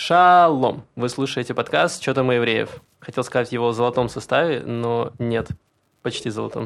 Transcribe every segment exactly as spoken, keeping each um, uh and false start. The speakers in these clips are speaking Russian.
Шалом! Вы слушаете подкаст «Чё там у евреев?». Хотел сказать его в золотом составе, но нет, почти золотом.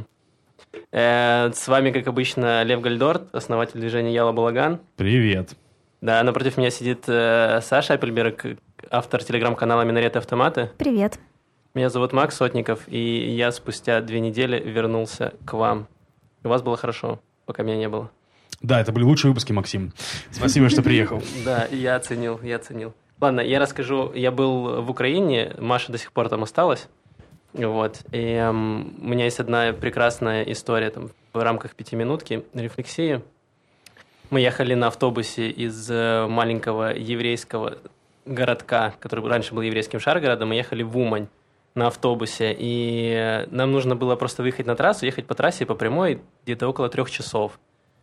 Э, с вами, как обычно, Лев Гальдорт, основатель движения Яла Балаган. Привет. Да, напротив меня сидит э, Саша Аппельберг, автор телеграм-канала «Минареты автоматы». Привет. Меня зовут Макс Сотников, и я спустя две недели вернулся к вам. У вас было хорошо, пока меня не было. Да, это были лучшие выпуски, Максим. Спасибо, что приехал. Да, я оценил, я оценил. Ладно, я расскажу. Я был в Украине, Маша до сих пор там осталась. Вот. И эм, у меня есть одна прекрасная история там, в рамках пятиминутки рефлексии. Мы ехали на автобусе из э, маленького еврейского городка, который раньше был еврейским Шаргородом. Мы ехали в Умань на автобусе. И э, нам нужно было просто выехать на трассу, ехать по трассе по прямой где-то около трех часов.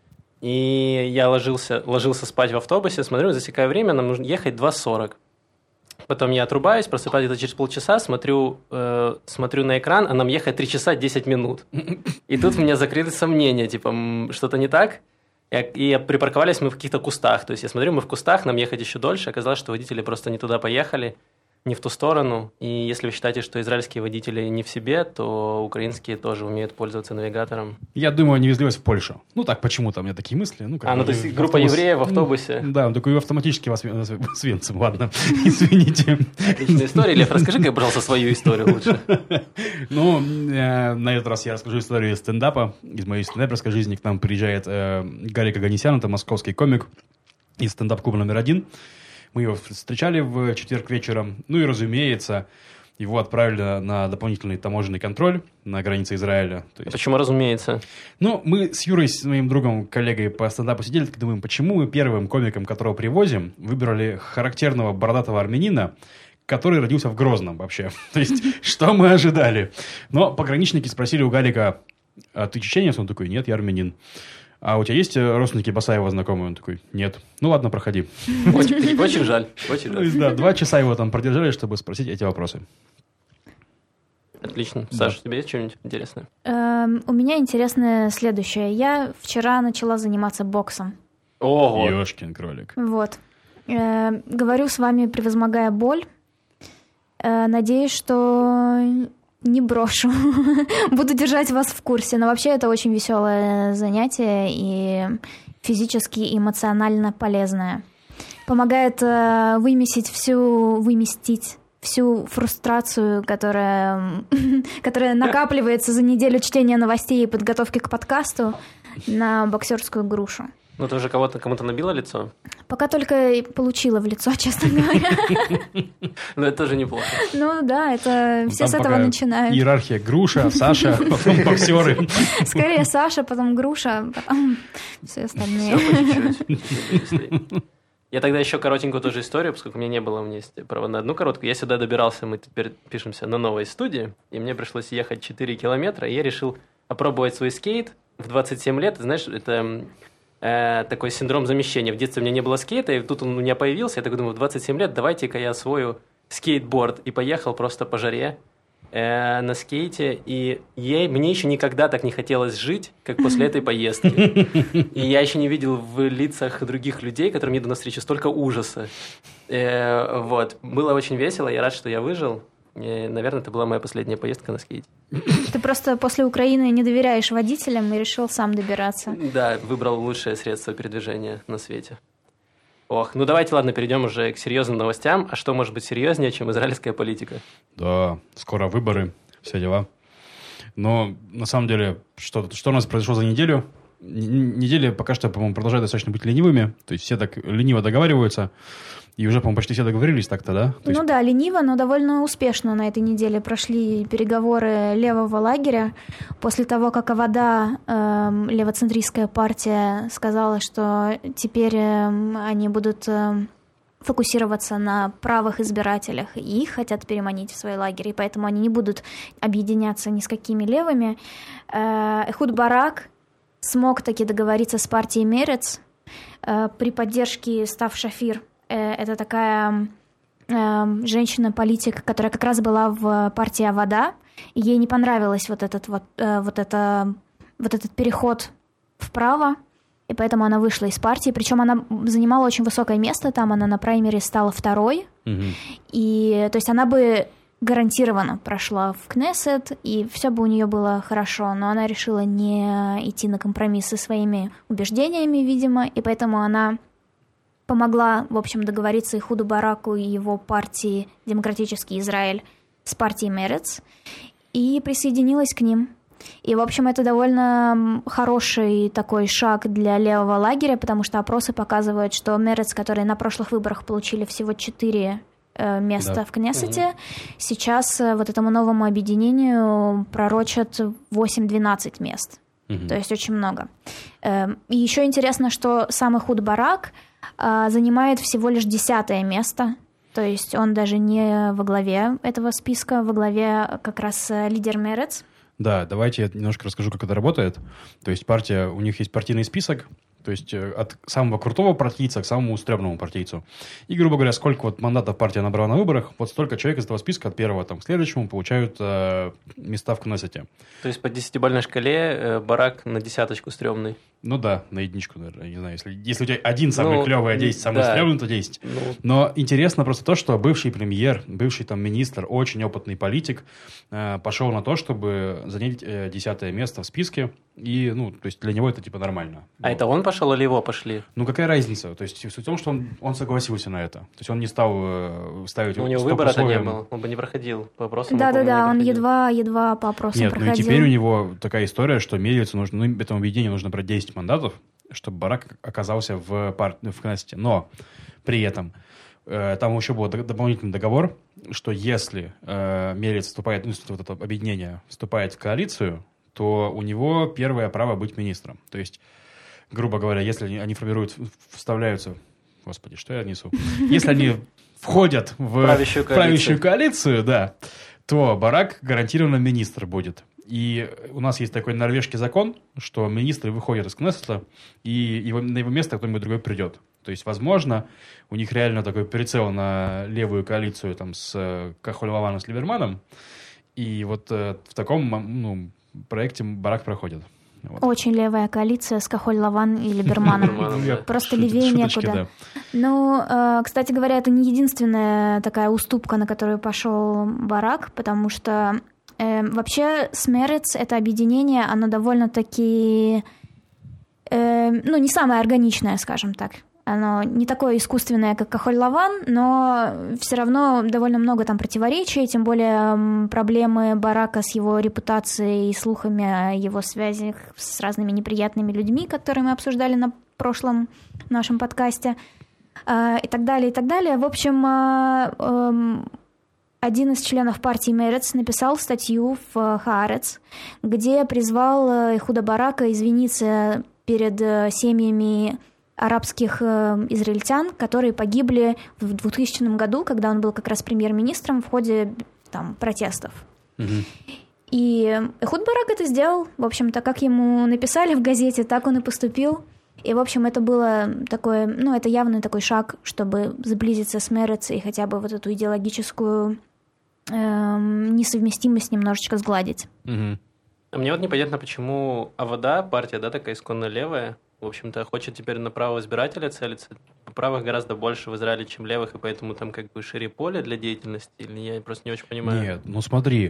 И я ложился, ложился спать в автобусе, смотрю, засекаю время, нам нужно ехать два сорок. Потом я отрубаюсь, просыпаюсь где-то через полчаса, смотрю, э, смотрю на экран, а нам ехать три часа десять минут. И тут у меня закрыли сомнения, типа, что-то не так. И, и припарковались мы в каких-то кустах. То есть я смотрю, мы в кустах, нам ехать еще дольше. Оказалось, что водители просто не туда поехали, не в ту сторону. И если вы считаете, что израильские водители не в себе, то украинские тоже умеют пользоваться навигатором. Я думаю, они везли вас в Польшу. Ну так, почему-то у меня такие мысли. Ну, как а, ну то есть группа автобус... евреев в автобусе. Ну, да, такой автоматически вас с венцем, ладно, извините. Отличная история. Лев, расскажи, как, пожалуйста, свою историю лучше. Ну, на этот раз я расскажу историю из стендапа. Из моей стендаперской жизни к нам приезжает Гарик Оганесян, это московский комик из стендап-клуба номер один. Мы его встречали в четверг вечером. Ну и, разумеется, его отправили на дополнительный таможенный контроль на границе Израиля. То есть... Почему разумеется? Ну, мы с Юрой, с моим другом, коллегой по стендапу сидели, так думаем, почему мы первым комиком, которого привозим, выбрали характерного бородатого армянина, который родился в Грозном вообще. То есть, что мы ожидали? Но пограничники спросили у Галика, а ты чеченец? Он такой, нет, я армянин. А у тебя есть родственники Басаева знакомые? Он такой, нет. Ну ладно, проходи. Очень, очень жаль. Очень жаль. То есть, да, два часа его там продержали, чтобы спросить эти вопросы. Отлично. Саша, да. У тебя есть что-нибудь интересное? Эм, у меня интересное следующее. Я вчера начала заниматься боксом. Ого! Ёшкин кролик. Вот. Э, говорю с вами, превозмогая боль. Э, надеюсь, что... не брошу. Буду держать вас в курсе. Но вообще это очень веселое занятие и физически и эмоционально полезное. Помогает э, выместить всю, выместить всю фрустрацию, которая, которая накапливается за неделю чтения новостей и подготовки к подкасту на боксерскую грушу. Ну, ты уже кого-то, кому-то набила лицо? Пока только получила в лицо, честно говоря. Ну, это тоже неплохо. Ну, да, это все с этого начинают. Иерархия: Груша, Саша, потом боксеры. Скорее Саша, потом Груша, потом все остальные. Все по чуть-чуть. Я тогда еще коротенькую тоже историю, поскольку у меня не было, у меня есть право на одну короткую. Я сюда добирался, мы теперь пишемся на новой студии, и мне пришлось ехать четыре километра, и я решил опробовать свой скейт в двадцать семь лет. Знаешь, это... такой синдром замещения. В детстве у меня не было скейта, и тут он у меня появился. Я так думаю, в двадцать семь лет давайте-ка я освою скейтборд. И поехал просто по жаре э, на скейте. И я, мне еще никогда так не хотелось жить, как после этой поездки. И я еще не видел в лицах других людей, которым еду навстречу, столько ужаса. Э, вот. Было очень весело. Я рад, что я выжил. И, наверное, это была моя последняя поездка на скейте. Ты просто после Украины не доверяешь водителям и решил сам добираться. Да, выбрал лучшее средство передвижения на свете. Ох, ну давайте, ладно, перейдем уже к серьезным новостям. А что может быть серьезнее, чем израильская политика? Да, скоро выборы, все дела. Но на самом деле, что, что у нас произошло за неделю? Недели пока что, по-моему, продолжают достаточно быть ленивыми. То есть все так лениво договариваются. И уже, по-моему, почти все договорились так-то, да? То ну есть... да, лениво, но довольно успешно на этой неделе прошли переговоры левого лагеря. После того, как Авода, э, левоцентристская партия, сказала, что теперь э, они будут э, фокусироваться на правых избирателях, и их хотят переманить в свои лагеря, и поэтому они не будут объединяться ни с какими левыми. Э, Эхуд Барак смог таки договориться с партией Мерец э, при поддержке Став Шафир. Это такая э, женщина-политик, которая как раз была в партии Авода, и ей не понравилось вот этот, вот, э, вот это, вот этот переход вправо, и поэтому она вышла из партии. Причем она занимала очень высокое место, там она на праймере стала второй. Угу. И, то есть она бы гарантированно прошла в Кнессет, и все бы у нее было хорошо, но она решила не идти на компромисс со своими убеждениями, видимо, и поэтому она помогла, в общем, договориться Ихуду Бараку и его партии «Демократический Израиль» с партией Мерец и присоединилась к ним. И, в общем, это довольно хороший такой шаг для левого лагеря, потому что опросы показывают, что Мерец, которые на прошлых выборах получили всего четыре место да. в Кнессете, угу. сейчас вот этому новому объединению пророчат восемь-двенадцать мест. Угу. То есть очень много. И еще интересно, что сам Ихуд Барак занимает всего лишь десятое место. То есть он даже не во главе этого списка, во главе как раз лидер Мерец. Да, давайте я немножко расскажу, как это работает. То есть партия, у них есть партийный список, то есть от самого крутого партийца к самому стрёмному партийцу. И, грубо говоря, сколько вот мандатов партия набрала на выборах, вот столько человек из этого списка от первого там, к следующему получают э, места в Кнессете. То есть по десятибалльной шкале э, Барак на десяточку стрёмный. Ну да, на единичку, наверное, не знаю. Если, если у тебя один самый ну, клевый, а десять самый да. стрёмный, то десять. Ну. Но интересно просто то, что бывший премьер, бывший там министр, очень опытный политик э, пошел на то, чтобы занять э, десятое место в списке. И, ну, то есть для него это типа нормально. А вот. Это он пошел или его пошли? Ну, какая разница? То есть суть в том, что он, он согласился на это. То есть он не стал э, ставить... Но у него выбора-то не было. Он бы не проходил по опросам. Да-да-да, он едва-едва по опросам Нет, проходил. Ну и теперь у него такая история, что Мерицу нужно, ну, этому объединению нужно брать десять мандатов, чтобы Барак оказался в, пар... в Кнессете. Но при этом э, там еще был дополнительный договор, что если э, Мерец вступает, ну, вот это объединение вступает в коалицию, то у него первое право быть министром. То есть, грубо говоря, если они формируют, вставляются... Господи, что я несу? Если они входят в правящую коалицию, правящую коалицию, да, то Барак гарантированно министр будет. И у нас есть такой норвежский закон, что министры выходят из Кнессета, и его, на его место кто-нибудь другой придет. То есть, возможно, у них реально такой прицел на левую коалицию там, с Кахоль-Лаваном, с Либерманом. И вот э, в таком ну, проекте Барак проходит. Вот. Очень левая коалиция с Кахоль-Лаван и Либерманом. Просто левее некуда. Ну, кстати говоря, это не единственная такая уступка, на которую пошел Барак, потому что вообще с Мерец это объединение, оно довольно-таки, ну, не самое органичное, скажем так. Оно не такое искусственное, как Кахоль-Лаван, но все равно довольно много там противоречий, тем более проблемы Барака с его репутацией и слухами о его связях с разными неприятными людьми, которые мы обсуждали на прошлом нашем подкасте, и так далее, и так далее. В общем, один из членов партии Мерец написал статью в Хаарец, где призвал Ихуда Барака извиниться перед семьями арабских э, израильтян, которые погибли в двухтысячном году, когда он был как раз премьер-министром в ходе там, протестов. Mm-hmm. И Ихуд Барак это сделал. В общем-то, как ему написали в газете, так он и поступил. И, в общем, это было такое, ну, это явный такой шаг, чтобы сблизиться с Мерец и хотя бы вот эту идеологическую э, несовместимость немножечко сгладить. Mm-hmm. А мне вот непонятно, почему АВДА, партия, да, такая исконно левая, в общем-то, хочет теперь на правого избирателя целиться. Правых гораздо больше в Израиле, чем левых, и поэтому там как бы шире поле для деятельности, или я просто не очень понимаю. Нет, ну смотри,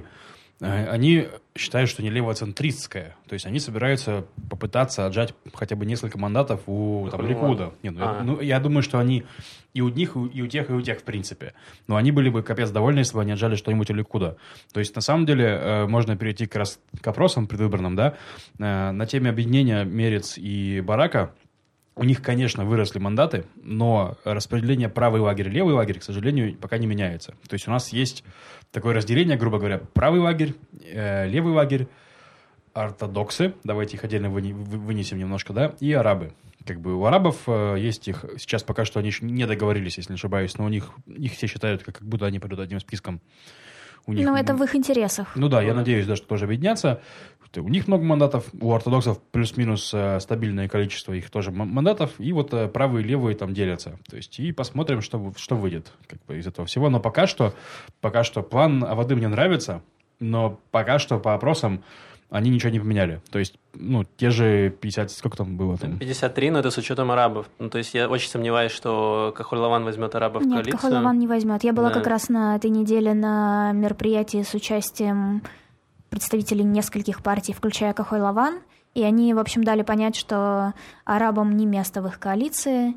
они считают, что не левоцентристская, то есть они собираются попытаться отжать хотя бы несколько мандатов у там, Ликуда. Нет, ну, ну, я думаю, что они и у них, и у тех, и у тех, в принципе. Но они были бы капец довольны, если бы они отжали что-нибудь у Ликуда. То есть, на самом деле, можно перейти как раз к опросам предвыборным, да, на теме объединения Мерец и Барака. У них, конечно, выросли мандаты, но распределение правый лагерь и левый лагерь, к сожалению, пока не меняется. То есть у нас есть такое разделение, грубо говоря, правый лагерь, э, левый лагерь, ортодоксы, давайте их отдельно выне, вынесем немножко, да, и арабы. Как бы у арабов э, есть их, сейчас пока что они еще не договорились, если не ошибаюсь, но у них, их все считают, как, как будто они пойдут одним списком. У них, ну, это в их интересах. Ну да, я надеюсь, да, что тоже объединятся. У них много мандатов, у ортодоксов плюс-минус э, стабильное количество их тоже мандатов, и вот э, правые и левые там делятся. То есть, и посмотрим, что, что выйдет как бы, из этого всего. Но пока что, пока что план АВДы мне нравится, но пока что по опросам они ничего не поменяли. То есть, ну, те же пятьдесят, сколько там было? Там? пятьдесят три, но это с учетом арабов. Ну, то есть я очень сомневаюсь, что Кахоль-Лаван возьмет арабов в коалицию. Нет, Кахоль-Лаван не возьмет. Я была да. как раз на этой неделе на мероприятии с участием представителей нескольких партий, включая Кахоль-Лаван, и они, в общем, дали понять, что арабам не место в их коалиции,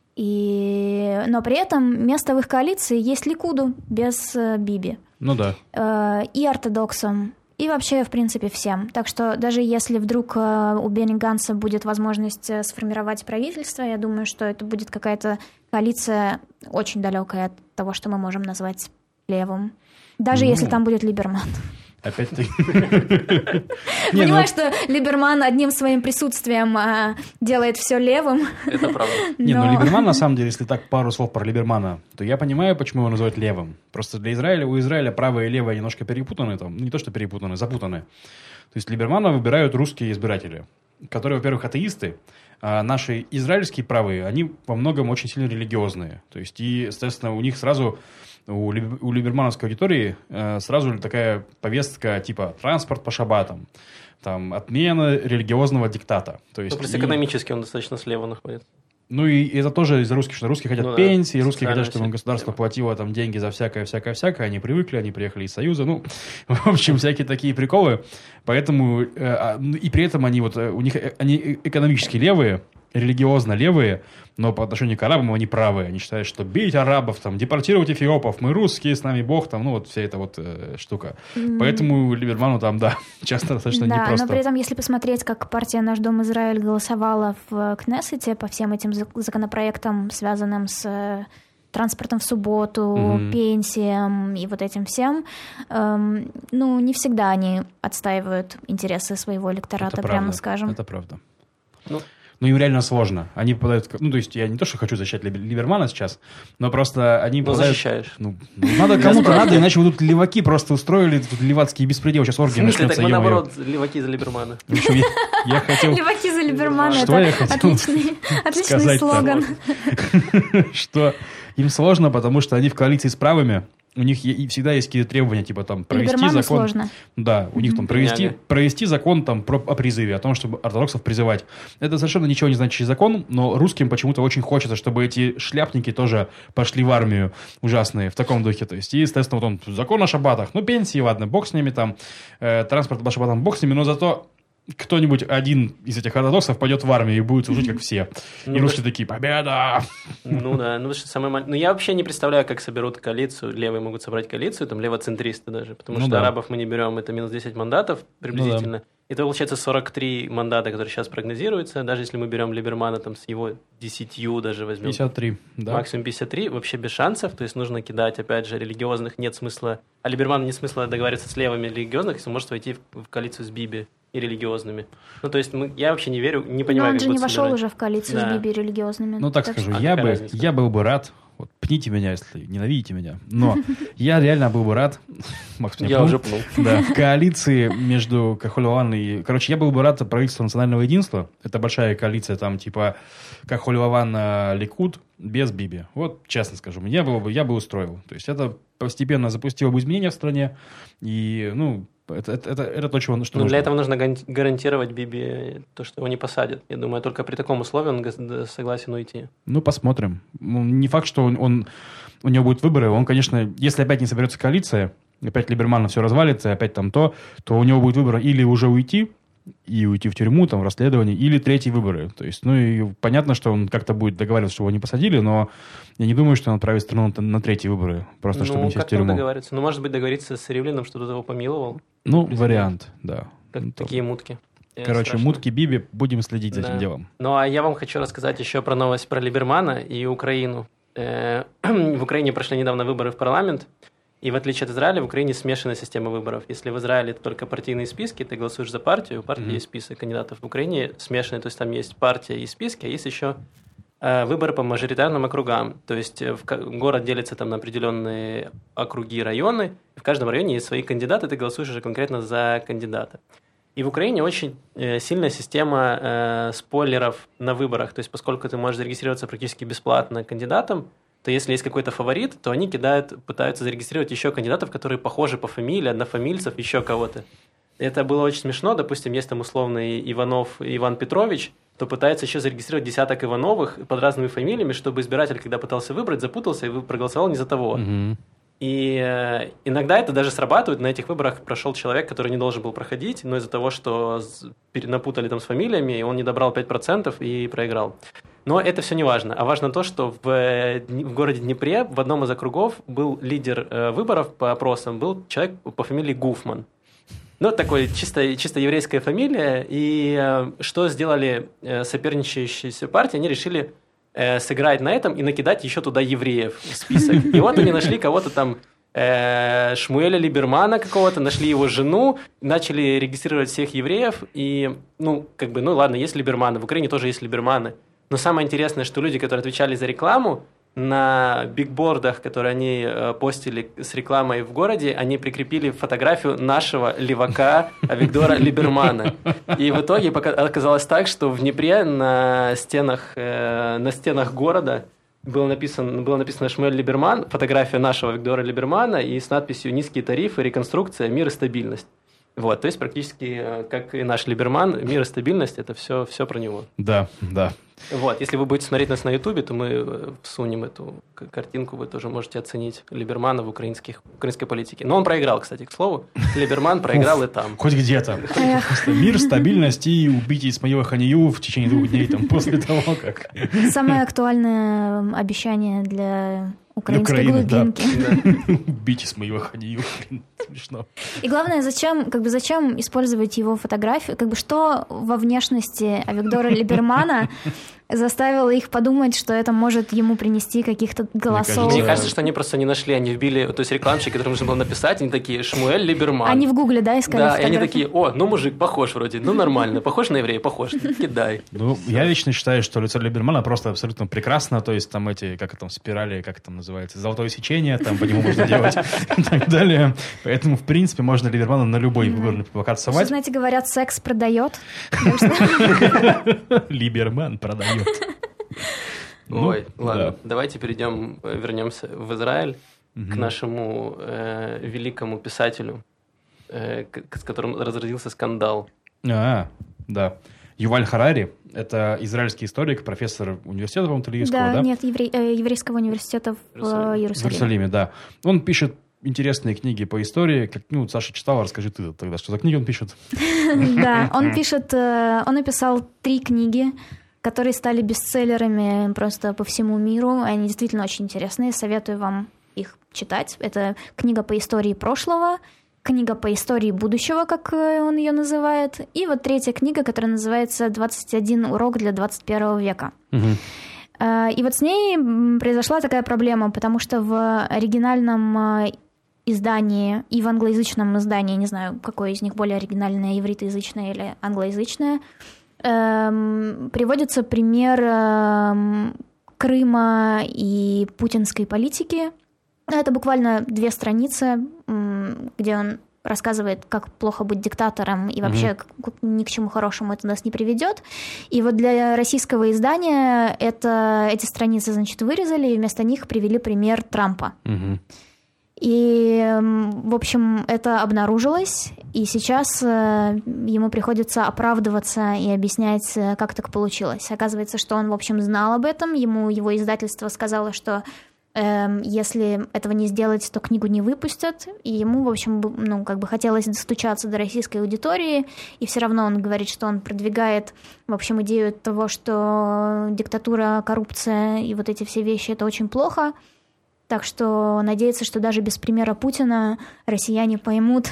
и... но при этом место в их коалиции есть Ликуду без Биби. Ну да. И ортодоксам, и вообще, в принципе, всем. Так что даже если вдруг у Бенни Ганса будет возможность сформировать правительство, я думаю, что это будет какая-то коалиция очень далекая от того, что мы можем назвать левым. Даже ну, если там будет Либерман. Опять-таки. Понимаешь, что Либерман одним своим присутствием делает все левым. Это правда. Не, ну Либерман, на самом деле, если так пару слов про Либермана, то я понимаю, почему его называют левым. Просто для Израиля, у Израиля правое и левое немножко перепутаны, там, не то что перепутаны, запутаны. То есть Либермана выбирают русские избиратели, которые, во-первых, атеисты, а наши израильские правые, они во многом очень сильно религиозные. То есть, и, соответственно, у них сразу... У, ли, у либермановской аудитории э, сразу такая повестка типа транспорт по шаббатам, там, отмена религиозного диктата. То есть, ну, плюс и... экономически он достаточно слева находится. Ну, и это тоже из-за русских, что русские хотят ну, пенсии, да, русские хотят, чтобы государство тема. платило там деньги за всякое-всякое-всякое, они привыкли, они приехали из Союза, ну, в общем, всякие такие приколы, поэтому, э, и при этом они вот, у них, они экономически левые, религиозно левые, но по отношению к арабам они правые. Они считают, что бить арабов, там, депортировать эфиопов, мы русские, с нами Бог, там, ну, вот вся эта вот э, штука. Mm. Поэтому Либерману там, да, часто достаточно да, непросто. Но при этом, если посмотреть, как партия «Наш Дом Израиль» голосовала в Кнессете по всем этим законопроектам, связанным с транспортом в субботу, mm-hmm. пенсиям и вот этим всем, эм, ну, не всегда они отстаивают интересы своего электората, Это прямо правда. скажем. Это правда. Ну, Ну, им реально сложно. Они попадают... Ну, то есть, я не то, что хочу защищать Либермана сейчас, но просто они ну, попадают... защищаешь. Ну, надо кому-то надо, иначе вот тут леваки просто устроили тут левацкий беспредел. Сейчас оргия начнется. Так мы, наоборот, леваки за Либермана. Я хотел... Леваки за Либермана. Что я хотел отличный слоган. Что им сложно, потому что они в коалиции с правыми. У них и всегда есть какие-то требования, типа там провести Либерману закон. Сложно. Да, у них там провести, провести закон там про, о призыве, о том, чтобы ортодоксов призывать. Это совершенно ничего не значащий закон, но русским почему-то очень хочется, чтобы эти шляпники тоже пошли в армию ужасные, в таком духе. То есть, и, естественно, вот он, закон о шаббатах, ну, пенсии, ладно, бог с ними там, э, транспорт по шаббатам, бог с ними, но зато кто-нибудь один из этих ортодоксов пойдет в армию и будет служить, как все. Ну, и русские такие, победа! Ну да, ну что самое маленькое. Ну я вообще не представляю, как соберут коалицию, левые могут собрать коалицию, там левоцентристы даже, потому ну что да. арабов мы не берем, это минус десять мандатов приблизительно. Ну да. Это получается сорок три мандата, которые сейчас прогнозируются, даже если мы берем Либермана там с его десятью даже возьмем. пятьдесят три, да. Максимум пятьдесят три, вообще без шансов, то есть нужно кидать, опять же, религиозных, нет смысла, а Либерману нет смысла договариваться с левыми религиозных, если он может войти в, в коалицию с Биби и религиозными. Ну, то есть мы, я вообще не верю, не понимаю, но он как же не вошел собирать. уже в коалицию да. с Биби и религиозными. Ну, так, так скажу, что... я, а бы, я был бы рад, вот, пните меня, если ненавидите меня, но я реально был бы рад, Макс меня я пнул, уже пнул, да, коалиции между Кахоль-Лаван и... Короче, я был бы рад правительству национального единства, это большая коалиция, там, типа, Кахоль-Лаван, Ликуд, без Биби. Вот, честно скажу, я бы, я бы устроил. То есть это постепенно запустило бы изменения в стране, и, ну, это, это, это, это то, чего, что Но нужно. для этого нужно гарантировать Биби то, что его не посадят. Я думаю, только при таком условии он согласен уйти. Ну, посмотрим. Не факт, что он, он, у него будут выборы. Он, конечно, если опять не соберется коалиция, опять Либермана все развалится, опять там то, то у него будет выбор или уже уйти, и уйти в тюрьму, там, в расследование, или третьи выборы. То есть, ну, и понятно, что он как-то будет договариваться, что его не посадили, но я не думаю, что он отправит страну на, на третьи выборы, просто ну, чтобы не сесть в тюрьму. Ну, как договариваться? Ну, может быть, договориться с Ривлиным, что тот его помиловал. Ну, вариант, да. Как, ну, такие мутки. Короче, страшно. Мутки Биби, будем следить за да. этим делом. Ну, а я вам хочу рассказать еще про новость про Либермана и Украину. В Украине прошли недавно выборы в парламент, и в отличие от Израиля, в Украине смешанная система выборов. Если в Израиле это только партийные списки, ты голосуешь за партию, у партии mm-hmm. есть список кандидатов. В Украине смешанные, то есть там есть партия и списки, а есть еще э, выборы по мажоритарным округам. То есть в, город делится там на определенные округи, районы, и в каждом районе есть свои кандидаты, ты голосуешь уже конкретно за кандидата. И в Украине очень э, сильная система э, спойлеров на выборах. То есть поскольку ты можешь зарегистрироваться практически бесплатно кандидатом, то если есть какой-то фаворит, то они кидают, пытаются зарегистрировать еще кандидатов, которые похожи по фамилии, однофамильцев, еще кого-то. Это было очень смешно. Допустим, есть там условный Иванов Иван Петрович, то пытается еще зарегистрировать десяток Ивановых под разными фамилиями, чтобы избиратель, когда пытался выбрать, запутался и проголосовал не за того. Угу. И э, иногда это даже срабатывает. На этих выборах прошел человек, который не должен был проходить, но из-за того, что перенапутали там с фамилиями, он не добрал пять процентов и проиграл. Но это все не важно. А важно то, что в, в городе Днепре в одном из округов был лидер э, выборов по опросам, был человек по фамилии Гуфман. Ну, такой чисто, чисто еврейская фамилия. И э, что сделали э, соперничающиеся партии? Они решили э, сыграть на этом и накидать еще туда евреев в список. И вот они нашли кого-то там, э, Шмуэля Либермана какого-то, нашли его жену, начали регистрировать всех евреев. И, ну, как бы, ну, ладно, есть Либерманы, в Украине тоже есть Либерманы. Но самое интересное, что люди, которые отвечали за рекламу, на бигбордах, которые они э, постили с рекламой в городе, они прикрепили фотографию нашего левака Авигдора Либермана. И в итоге оказалось так, что в Днепре на стенах, э, на стенах города было написано, было написано Шмуэль Либерман, фотография нашего Авигдора Либермана и с надписью «Низкие тарифы, реконструкция, мир и стабильность». Вот, то есть практически, как и наш Либерман, мир и стабильность – это все, все про него. Да, да. Вот, если вы будете смотреть нас на Ютубе, то мы всунем эту картинку, вы тоже можете оценить Либермана в украинских, украинской политике. Но он проиграл, кстати, к слову. Либерман проиграл и там. Хоть где-то. Мир, стабильность и убить Исмаила Ханию в течение двух дней там, после того, как... Самое актуальное обещание для... Украинской Украина, глубинки. Да. Убить Исмаила Ханию. Смешно. И главное, зачем, как бы, зачем использовать его фотографию? Как бы, что во внешности Авигдора Либермана заставило их подумать, что это может ему принести каких-то голосов? Мне кажется, что они просто не нашли. Они вбили, то есть рекламщики, которым нужно было написать, они такие: Шмуэль Либерман. Они в гугле, да, искали Да, фотографии? и они такие: о, ну мужик, похож вроде, ну нормально, похож на еврея, похож, кидай. Ну, я лично считаю, что лицо Либермана просто абсолютно прекрасно, то есть там эти, как там, спирали, как там называется, золотое сечение, там по нему можно делать и так далее. Поэтому, в принципе, можно Либермана на любой выборный плакат совать. Знаете, говорят, секс продает. Либерман продает. Ой, ладно, давайте перейдем, вернемся в Израиль к нашему великому писателю, с которым разразился скандал. А, да. Юваль Харари – это израильский историк, профессор университета, по-моему, Тель-Авивского, да? Да, нет, еврей, э, еврейского университета в Иерусалиме. В Иерусалиме, да. Он пишет интересные книги по истории. Как, ну, Саша читала, расскажи ты тогда, что за книги он пишет. Да, он пишет, он написал три книги, которые стали бестселлерами просто по всему миру. Они действительно очень интересные, советую вам их читать. Это книга по истории прошлого, книга по истории будущего, как он ее называет, и вот третья книга, которая называется «двадцать один урок для двадцать первого века». Угу. И вот с ней произошла такая проблема, потому что в оригинальном издании и в англоязычном издании, не знаю, какое из них более оригинальное, ивритоязычное или англоязычное, эм, приводится пример эм, Крыма и путинской политики. Это буквально две страницы, где он рассказывает, как плохо быть диктатором, и вообще mm-hmm. ни к чему хорошему это нас не приведет. И вот для российского издания это, эти страницы, значит, вырезали, и вместо них привели пример Трампа. Mm-hmm. И, в общем, это обнаружилось, и сейчас ему приходится оправдываться и объяснять, как так получилось. Оказывается, что он, в общем, знал об этом, ему его издательство сказало, что если этого не сделать, то книгу не выпустят, и ему, в общем, ну, как бы хотелось достучаться до российской аудитории, и все равно он говорит, что он продвигает, в общем, идею того, что диктатура, коррупция и вот эти все вещи — это очень плохо, так что надеется, что даже без примера Путина россияне поймут,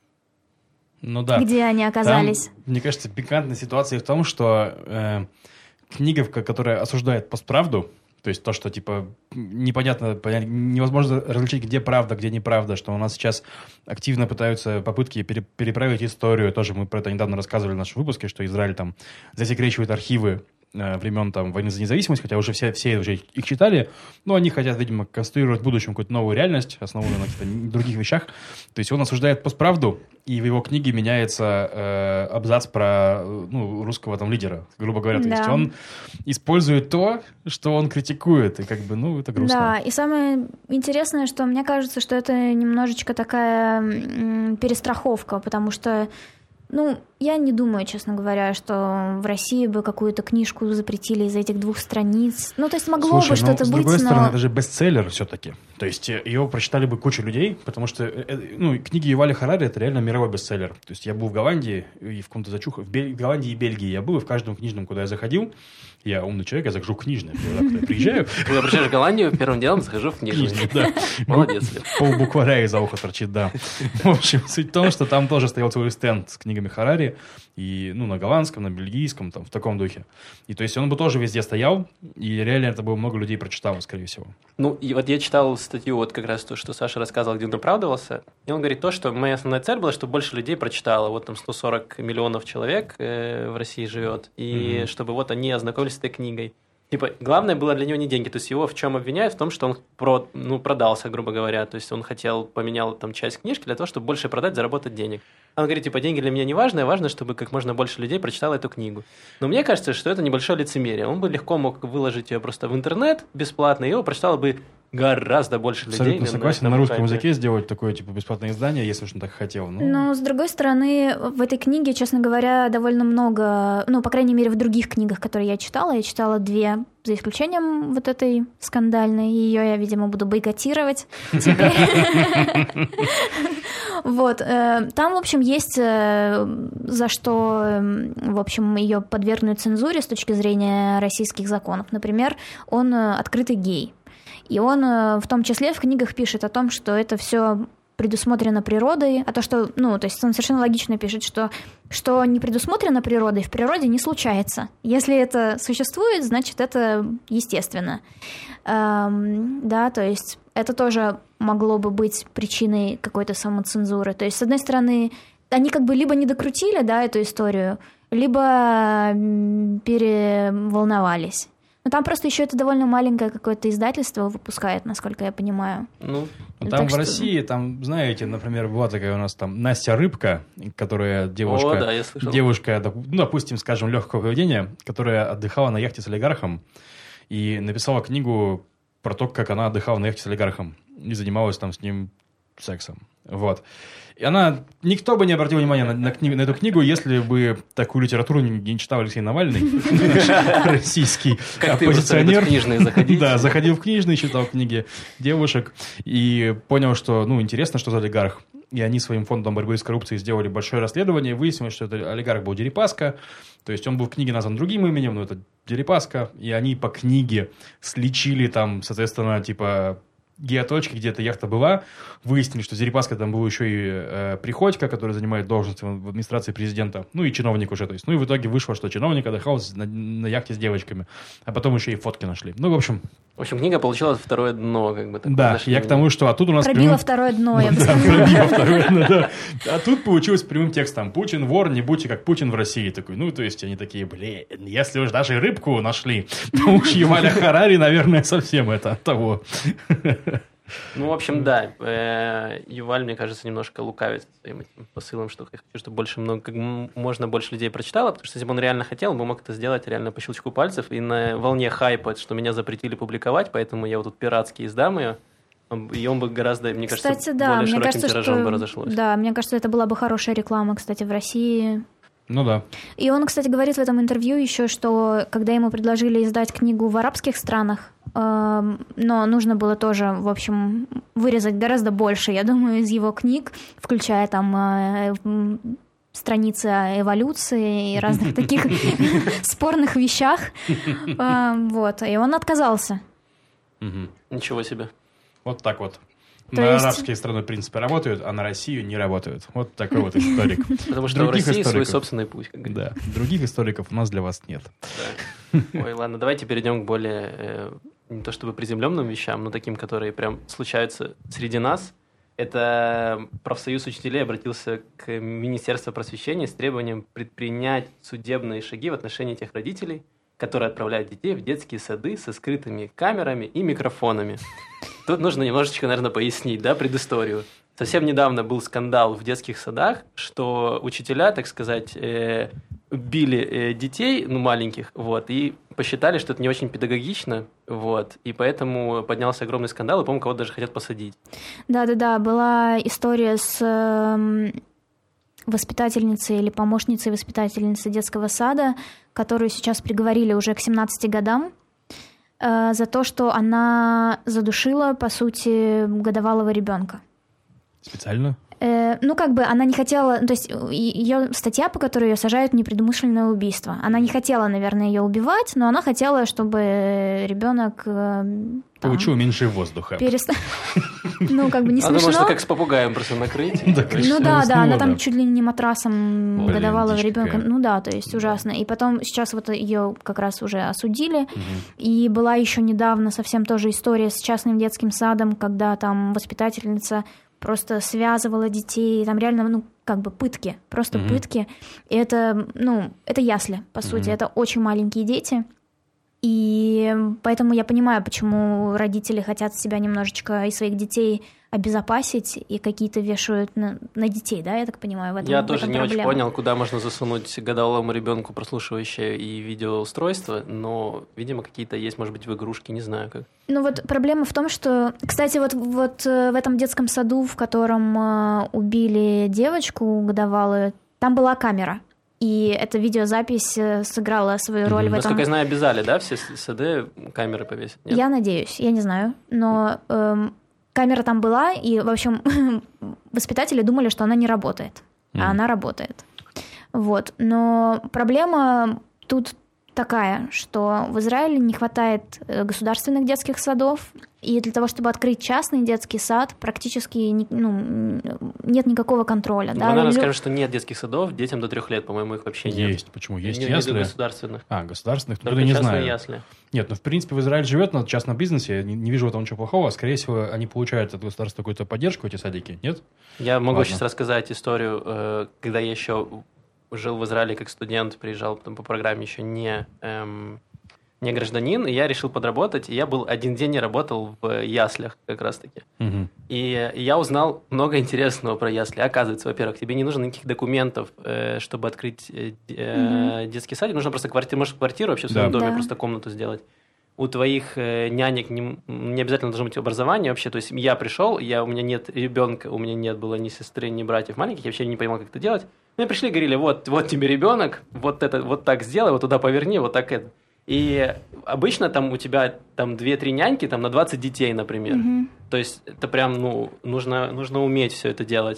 ну, да. где они оказались. Там, мне кажется, пикантная ситуация в том, что э, книга, которая осуждает постправду, то есть то, что, типа, непонятно, понять, невозможно различить, где правда, где неправда, что у нас сейчас активно пытаются попытки пере, переправить историю. Тоже мы про это недавно рассказывали в нашем выпуске, что Израиль там засекречивает архивы э, времен там, войны за независимость, хотя уже все, все уже их читали, но они хотят, видимо, конструировать в будущем какую-то новую реальность, основанную на каких-то других вещах. То есть он осуждает постправду, и в его книге меняется э, абзац про ну, русского там лидера, грубо говоря. То да. есть он использует то, что он критикует, и как бы, ну, это грустно. Да, и самое интересное, что мне кажется, что это немножечко такая м, перестраховка, потому что Ну, я не думаю, честно говоря, что в России бы какую-то книжку запретили из этих двух страниц. Ну, то есть могло Слушай, бы что-то ну, с быть, другой но... стороны, это же бестселлер все-таки. То есть ее прочитали бы куча людей, потому что ну, книги Юваля Харари – это реально мировой бестселлер. То есть я был в Голландии и в каком-то зачухе, в, Бель... в Голландии и Бельгии я был, и в каждом книжном, куда я заходил, я умный человек, я захожу в книжный. Когда я приезжаю... Когда приезжаешь в Голландию, первым делом захожу в книжный. Да. Молодец. Пол букваря из-за уха торчит, да. В общем, суть в том, что там тоже стоял целый стенд с книгами Харари, и, ну, на голландском, на бельгийском, там, в таком духе. И то есть он бы тоже везде стоял, и реально это бы много людей прочитало, скорее всего. Ну, и вот я читал статью, вот как раз то, что Саша рассказывал, где он оправдывался, и он говорит то, что моя основная цель была, чтобы больше людей прочитало. Вот там сто сорок миллионов человек э, в России живет, и mm-hmm. чтобы вот они ознакомились с этой книгой. Типа, главное было для него не деньги, то есть его в чем обвиняют? В том, что он про, ну, продался, грубо говоря, то есть он хотел, поменял там часть книжки для того, чтобы больше продать, заработать денег. Он говорит, типа, деньги для меня не важны, важно, чтобы как можно больше людей прочитало эту книгу. Но мне кажется, что это небольшое лицемерие. Он бы легко мог выложить ее просто в интернет бесплатно, и его прочитало бы гораздо больше людей. Абсолютно согласен, на, на русском языке сделать такое, типа, бесплатное издание, если уж он так хотел. Ну... Но, с другой стороны, в этой книге, честно говоря, довольно много, ну, по крайней мере, в других книгах, которые я читала, я читала две, за исключением вот этой скандальной, ее я, видимо, буду бойкотировать теперь. Вот, там, в общем, есть за что, в общем, ее подвергнуть цензуре с точки зрения российских законов. Например, он открытый гей. И он в том числе в книгах пишет о том, что это все предусмотрено природой, а то, что, ну, то есть он совершенно логично пишет, что, что не предусмотрено природой, в природе не случается. Если это существует, значит, это естественно. Эм, да, то есть это тоже могло бы быть причиной какой-то самоцензуры. То есть, с одной стороны, они как бы либо не докрутили, да, эту историю, либо переволновались. Но там просто еще это довольно маленькое какое-то издательство выпускает, насколько я понимаю. Ну, там так в что... России, там, знаете, например, была такая у нас там Настя Рыбка, которая девушка, О, да, я слышал. девушка, ну, допустим, скажем, легкого поведения, которая отдыхала на яхте с олигархом и написала книгу про то, как она отдыхала на яхте с олигархом и занималась там с ним сексом. Вот. И она... Никто бы не обратил внимания на, на, книгу, на эту книгу, если бы такую литературу не, не читал Алексей Навальный, российский оппозиционер. Да, заходил в книжные, читал книги девушек и понял, что, ну, интересно, что за олигарх. И они своим фондом борьбы с коррупцией сделали большое расследование, и выяснилось, что это олигарх был Дерипаска. То есть он был в книге назван другим именем, но это Дерипаска. И они по книге сличили там, соответственно, типа... геоточки, где эта яхта была, выяснили, что Дерипаска там был еще и э, Приходько, который занимает должность в администрации президента, ну и чиновник уже, то есть, ну и в итоге вышло, что чиновник отдыхал на, на яхте с девочками, а потом еще и фотки нашли. Ну, в общем... В общем, книга получила второе дно, как бы. Да, нашли... я к тому, что... А тут у нас... Пробила прямым... второе дно, я бы сказала. Пробила второе дно, да. А тут получилось прямым текстом. Путин вор, не будьте как Путин в России. Такой, ну, то есть они такие, блин, если уж даже рыбку нашли, то уж Юваля Харари, наверное, совсем это от того. Ну, в общем, да. Юваль, мне кажется, немножко лукавит своим этим посылом, что я хочу, чтобы больше много, как можно больше людей прочитало, потому что если бы он реально хотел, он бы мог это сделать реально по щелчку пальцев. И на волне хайпа, что меня запретили публиковать, поэтому я вот тут пиратски издам ее, и он бы гораздо, мне кажется, кстати, да, более мне широким кажется, тиражом что... бы разошлось. Да, мне кажется, это была бы хорошая реклама, кстати, в России. Ну да. И он, кстати, говорит в этом интервью еще, что когда ему предложили издать книгу в арабских странах, э, но нужно было тоже, в общем, вырезать гораздо больше, я думаю, из его книг, включая там э, страницы о эволюции и разных таких спорных вещах. Вот, и он отказался. Ничего себе. Вот так вот. То на есть... арабские страны, в принципе, работают, а на Россию не работают. Вот такой вот историк. Потому что у России свой собственный путь. Да, других историков у нас для вас нет. Ой, ладно, давайте перейдем к более, не то чтобы приземленным вещам, но таким, которые прям случаются среди нас. Это профсоюз учителей обратился к Министерству просвещения с требованием предпринять судебные шаги в отношении тех родителей, которые отправляют детей в детские сады со скрытыми камерами и микрофонами. Тут нужно немножечко, наверное, пояснить, да, предысторию. Совсем недавно был скандал в детских садах, что учителя, так сказать, э, били э, детей, ну, маленьких, вот, и посчитали, что это не очень педагогично, вот, и поэтому поднялся огромный скандал, и, по-моему, кого-то даже хотят посадить. Да-да-да, была история с... Э, воспитательницей или помощницей воспитательницы детского сада, которую сейчас приговорили уже к семнадцати годам э, за то, что она задушила, по сути, годовалого ребенка. Специально? Э, ну, как бы она не хотела... То есть ее статья, по которой ее сажают в непредумышленное убийство. Она не хотела, наверное, ее убивать, но она хотела, чтобы ребенок... Э, Получил меньше воздуха. Перестал... Ну, как бы не смешно. Она может как с попугаем просто накрыть. Ну да, да, она там чуть ли не матрасом годовалого ребенка. Ну да, то есть ужасно. И потом сейчас вот ее как раз уже осудили. И была еще недавно совсем тоже история с частным детским садом, когда там воспитательница просто связывала детей, там реально, ну, как бы пытки, просто mm-hmm. пытки. И это, ну, это ясли, по mm-hmm. сути, это очень маленькие дети. И поэтому я понимаю, почему родители хотят себя немножечко и своих детей обезопасить, и какие-то вешают на, на детей, да, я так понимаю, в этом Я в тоже этом не проблема. очень понял, куда можно засунуть годовалому ребенку прослушивающее и видеоустройство, но, видимо, какие-то есть, может быть, в игрушке, не знаю как. Ну вот проблема в том, что, кстати, вот, вот в этом детском саду, в котором э, убили девочку годовалую, там была камера. И эта видеозапись сыграла свою роль mm-hmm. в этом. Насколько я знаю, обязали, да, все сады камеры повесить? Нет? Я надеюсь, я не знаю, но эм, камера там была, и, в общем, воспитатели думали, что она не работает, mm-hmm. а она работает. Вот, но проблема тут такая, что в Израиле не хватает государственных детских садов, и для того, чтобы открыть частный детский сад, практически не, ну, нет никакого контроля. Ну, да? Наверное, Лю... скажет, что нет детских садов детям до трех лет, по-моему, их вообще нет. Есть, почему? Есть не, ясли? Не государственных. А, государственных? Только не частные знаю. ясли. Нет, ну, в принципе, в Израиле живет на частном бизнесе, я не, не вижу в этом ничего плохого. Скорее всего, они получают от государства какую-то поддержку, эти садики, нет? Я могу Ладно. сейчас рассказать историю, когда я еще жил в Израиле как студент, приезжал потом по программе еще не... Эм... не гражданин, и я решил подработать, и я был один день не работал в яслях как раз-таки. Угу. И я узнал много интересного про ясли. Оказывается, во-первых, тебе не нужно никаких документов, чтобы открыть угу. детский садик, нужно просто квартиру, можешь квартиру вообще в своем да. доме, да. просто комнату сделать. У твоих нянек не, не обязательно должно быть образование вообще, то есть я пришел, я, у меня нет ребенка, у меня нет было ни сестры, ни братьев маленьких, я вообще не понимал, как это делать. Мне пришли и говорили, вот, вот тебе ребенок, вот, это, вот так сделай, вот туда поверни, вот так это. И обычно там у тебя там две-три няньки там, на двадцать детей, например. Mm-hmm. То есть это прям, ну, нужно, нужно уметь все это делать.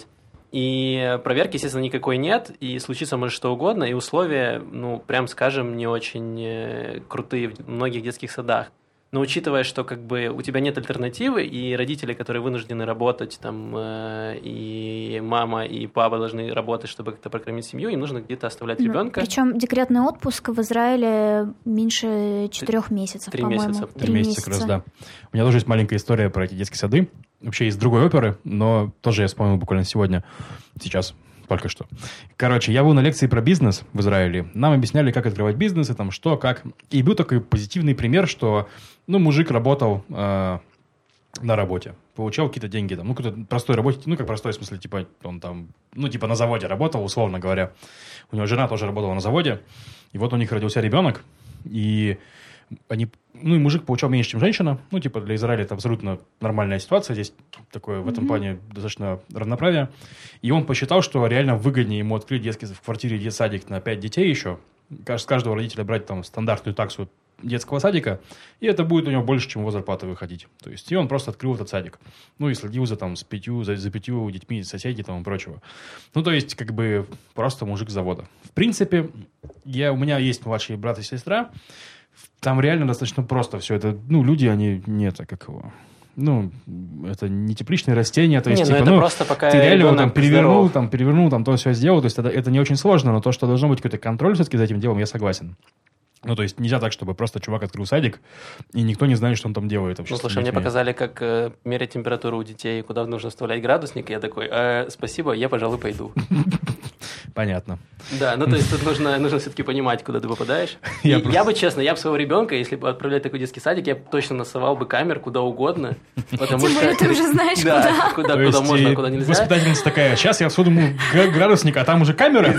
И проверки, естественно, никакой нет, и случится может что угодно, и условия, ну, прям скажем, не очень крутые в многих детских садах. Но учитывая, что как бы у тебя нет альтернативы, и родители, которые вынуждены работать, там, э, и мама, и папа должны работать, чтобы как-то прокормить семью, им нужно где-то оставлять ребенка. Причем декретный отпуск в Израиле меньше четырех месяцев, Три по-моему. месяца. Три месяца как раз, да. У меня тоже есть маленькая история про эти детские сады. Вообще из другой оперы, но тоже я вспомнил буквально сегодня, сейчас. Только что. Короче, я был на лекции про бизнес в Израиле. Нам объясняли, как открывать бизнес, и там что, как. И был такой позитивный пример, что, ну, мужик работал э, на работе, получал какие-то деньги, там, ну, какой-то простой работе, ну, как простой, в смысле, типа, он там, ну, типа на заводе работал, условно говоря. У него жена тоже работала на заводе, и вот у них родился ребенок, и они, ну, и мужик получал меньше, чем женщина. Ну, типа, для Израиля это абсолютно нормальная ситуация. Здесь такое, в этом mm-hmm. плане достаточно равноправие. И он посчитал, что реально выгоднее ему открыть детский, в квартире детсадик на пять детей еще. С каждого родителя брать там стандартную таксу детского садика, и это будет у него больше, чем его зарплата выходить. То есть, и он просто открыл этот садик. Ну, и следил за, там, с пятью, за, за пятью детьми, соседей там, и прочего. Ну, то есть, как бы, просто мужик с завода. В принципе, я, у меня есть младший брат и сестра. Там реально достаточно просто все это. Ну, люди, они не так, как его... Ну, это не тепличные растения, то есть, не, типа, ну, это ну, просто пока ты реально его там перевернул, здоров. там, перевернул, там, то все сделал, то есть, это, это не очень сложно, но то, что должен быть какой-то контроль все-таки за этим делом, я согласен. Ну, то есть, нельзя так, чтобы просто чувак открыл садик, и никто не знает, что он там делает вообще. Ну, слушай, мне показали, как э, мерять температуру у детей, куда нужно вставлять градусник, и я такой, э, спасибо, я, пожалуй, пойду. Понятно. Да, ну, то есть, тут нужно, нужно все-таки понимать, куда ты попадаешь. Я, просто... я бы, честно, я бы своего ребенка, если бы отправлять такой детский садик, я бы точно насовал бы камер куда угодно. Потому Тем более, что... ты уже знаешь, да, куда. Куда, куда можно, куда нельзя. Воспитательница такая, сейчас я всуду ему градусник, а там уже камера.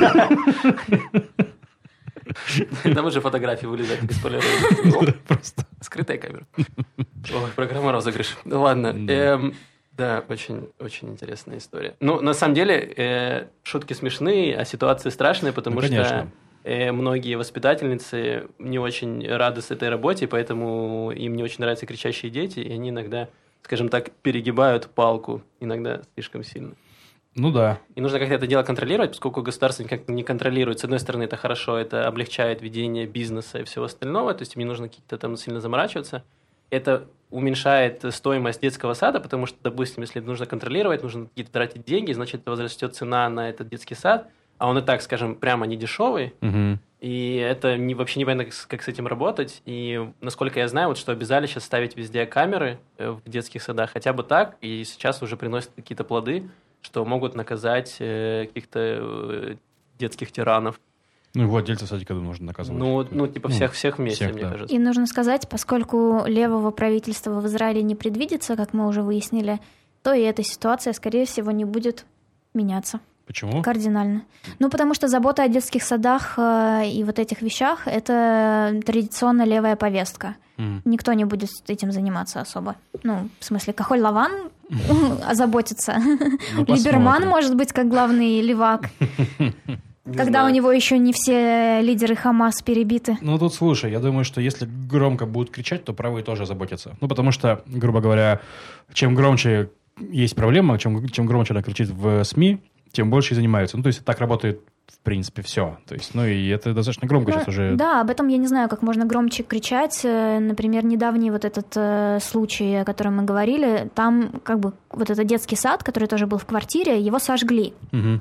Там уже фотографии вылезают без полировки. Скрытая камера. Ой, программа розыгрыш. Ладно. Да, очень, очень интересная история. Ну, на самом деле, э, шутки смешные, а ситуации страшные, потому Ну, что конечно. э, многие воспитательницы не очень рады с этой работе, поэтому им не очень нравятся кричащие дети, и они иногда, скажем так, перегибают палку, иногда слишком сильно. Ну да. И нужно как-то это дело контролировать, поскольку государство никак не контролирует. С одной стороны, это хорошо, это облегчает ведение бизнеса и всего остального, то есть им не нужно какие-то там сильно заморачиваться. Это уменьшает стоимость детского сада, потому что, допустим, если нужно контролировать, нужно какие-то тратить деньги, значит, возрастет цена на этот детский сад, а он и так, скажем, прямо не дешевый, Угу. и это не, вообще непонятно, как с этим работать. И, насколько я знаю, вот что обязали сейчас ставить везде камеры в детских садах, хотя бы так, и сейчас уже приносят какие-то плоды, что могут наказать э, каких-то э, детских тиранов. Ну и владельца садика нужно наказывать. Ну, ну типа всех, всех вместе, всех, мне да. кажется. И нужно сказать, поскольку левого правительства в Израиле не предвидится, как мы уже выяснили, то и эта ситуация, скорее всего, не будет меняться Почему? кардинально. Ну, потому что забота о детских садах э, и вот этих вещах — это традиционно левая повестка. М. Никто не будет этим заниматься особо. Ну, в смысле, Кахоль-Лаван озаботится. Ну, Либерман, посмотрим. может быть, как главный левак. Когда у него еще не все лидеры Хамас перебиты. Ну, тут слушай, я думаю, что если громко будут кричать, то правые тоже заботятся. Ну, потому что, грубо говоря, чем громче есть проблема, чем, чем громче она кричит в СМИ, тем больше и занимаются. Ну, то есть так работает, в принципе, все. То есть, ну, и это достаточно громко Ну, сейчас уже. Да, об этом я не знаю, как можно громче кричать. Э, Например, недавний вот этот э, случай, о котором мы говорили, там как бы вот этот детский сад, который тоже был в квартире, его сожгли. Мгм.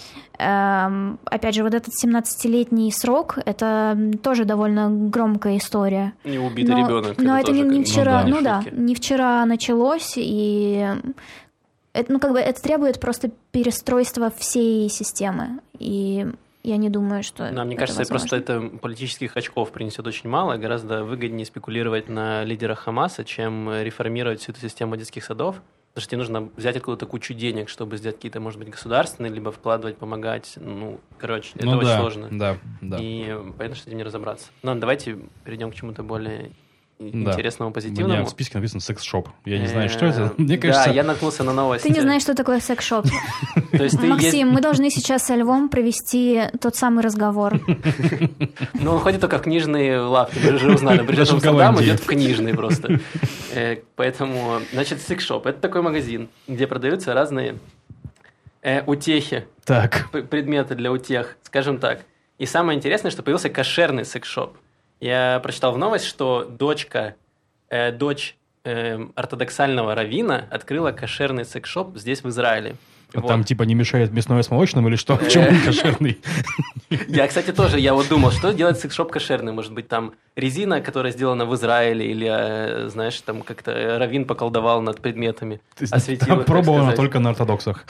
Эм, опять же, вот этот семнадцатилетний срок, это тоже довольно громкая история. Не убитый Но- ребенок. Но это, не, тоже не как бы вчера, Ну ну да, шутки. не вчера началось, и это, ну, как бы это требует просто перестройства всей системы. И я не думаю, что Да, мне это кажется, возможно. просто это политических очков принесет очень мало. Гораздо выгоднее спекулировать на лидерах Хамаса, чем реформировать всю эту систему детских садов. Потому что тебе нужно взять откуда-то кучу денег, чтобы сделать какие-то, может быть, государственные, либо вкладывать, помогать. Ну, короче, это Ну очень да, сложно. да, да. И понятно, что этим не разобраться. Ну, давайте перейдем к чему-то более и- Да. интересному, У меня позитивному. в списке написано секс-шоп. Я не знаю, Э, что это. Мне кажется... Да, я наткнулся на новость. Ты не знаешь, что такое секс-шоп. То есть ты Максим, есть- мы должны сейчас со Львом провести тот самый разговор. Ну, он ходит только в книжные лавки, мы же узнали. Придет Даже в в Амстердам, Голландии. идет в книжный просто. Э, Поэтому, значит, секс-шоп – это такой магазин, где продаются разные э, утехи, Так. п- предметы для утех, скажем так. И самое интересное, что появился кошерный секс-шоп. Я прочитал в новость, что дочка, э, дочь э, ортодоксального раввина открыла кошерный секс-шоп здесь, в Израиле. А Вот. там типа не мешает мясное с молочным или что? В чем он кошерный? Я, кстати, тоже, я вот думал, что делает секс-шоп кошерный? Может быть, там резина, которая сделана в Израиле, или, э, знаешь, там как-то раввин поколдовал над предметами, То есть осветил там их, так пробовано сказать. только на ортодоксах.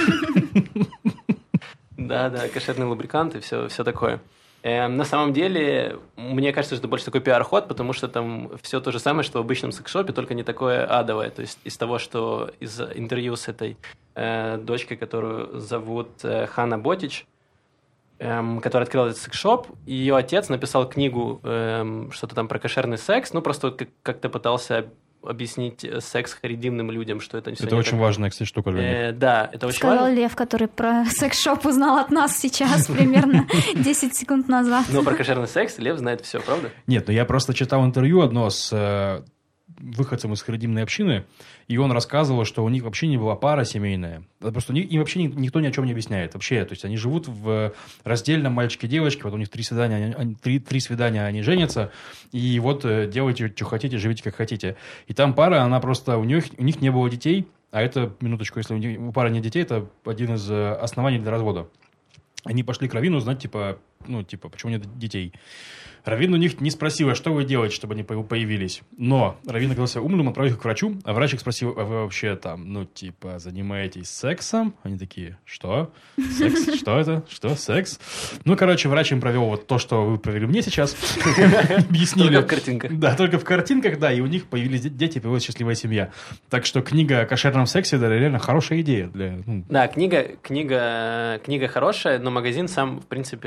Да, да, кошерный лубрикант и все, все такое. Э, на самом деле, мне кажется, что это больше такой пиар-ход, потому что там все то же самое, что в обычном секс-шопе, только не такое адовое. То есть из того, что из интервью с этой э, дочкой, которую зовут э, Хана Ботич, эм, которая открыла этот секс-шоп, ее отец написал книгу эм, что-то там про кошерный секс, ну просто вот как- как-то пытался объяснить э, секс харидимным людям, что это все Это очень важная, кстати, штука для них. Э, да, это очень Сказал важно. Лев, который про секс-шоп узнал от нас сейчас, примерно десять секунд назад. Но про кошерный секс Лев знает все, правда? Нет, ну я просто читал интервью одно с э, выходцем из харидимной общины, и он рассказывал, что у них вообще не была пара семейная. Это просто у них- им вообще ни- никто ни о чем не объясняет. Вообще, то есть они живут в раздельном мальчики и девочки, вот у них три свидания, они- они, три, три свидания, они женятся, и вот э, делайте, что хотите, живите как хотите. И там пара, она просто, у них, у них не было детей, а это, минуточку, если у, них- у пары нет детей, это один из э, оснований для развода. Они пошли к раввину узнать, типа, ну, типа, почему нет детей. Раввин у них не спросил, а что вы делаете, чтобы они по- появились. Но раввин оказался умным, отправил их к врачу, а врач их спросил, а вы вообще там, ну, типа, занимаетесь сексом? Они такие, что? Секс? Что это? Что? Секс? Ну, короче, врач им провел вот то, что вы провели мне сейчас. Объяснили. Только в картинках. Да, только в картинках, да, и у них появились де- дети, появилась счастливая семья. Так что книга о кошерном сексе, это реально хорошая идея для... ну, Да, книга, книга, книга хорошая, но магазин сам, в принципе, Мне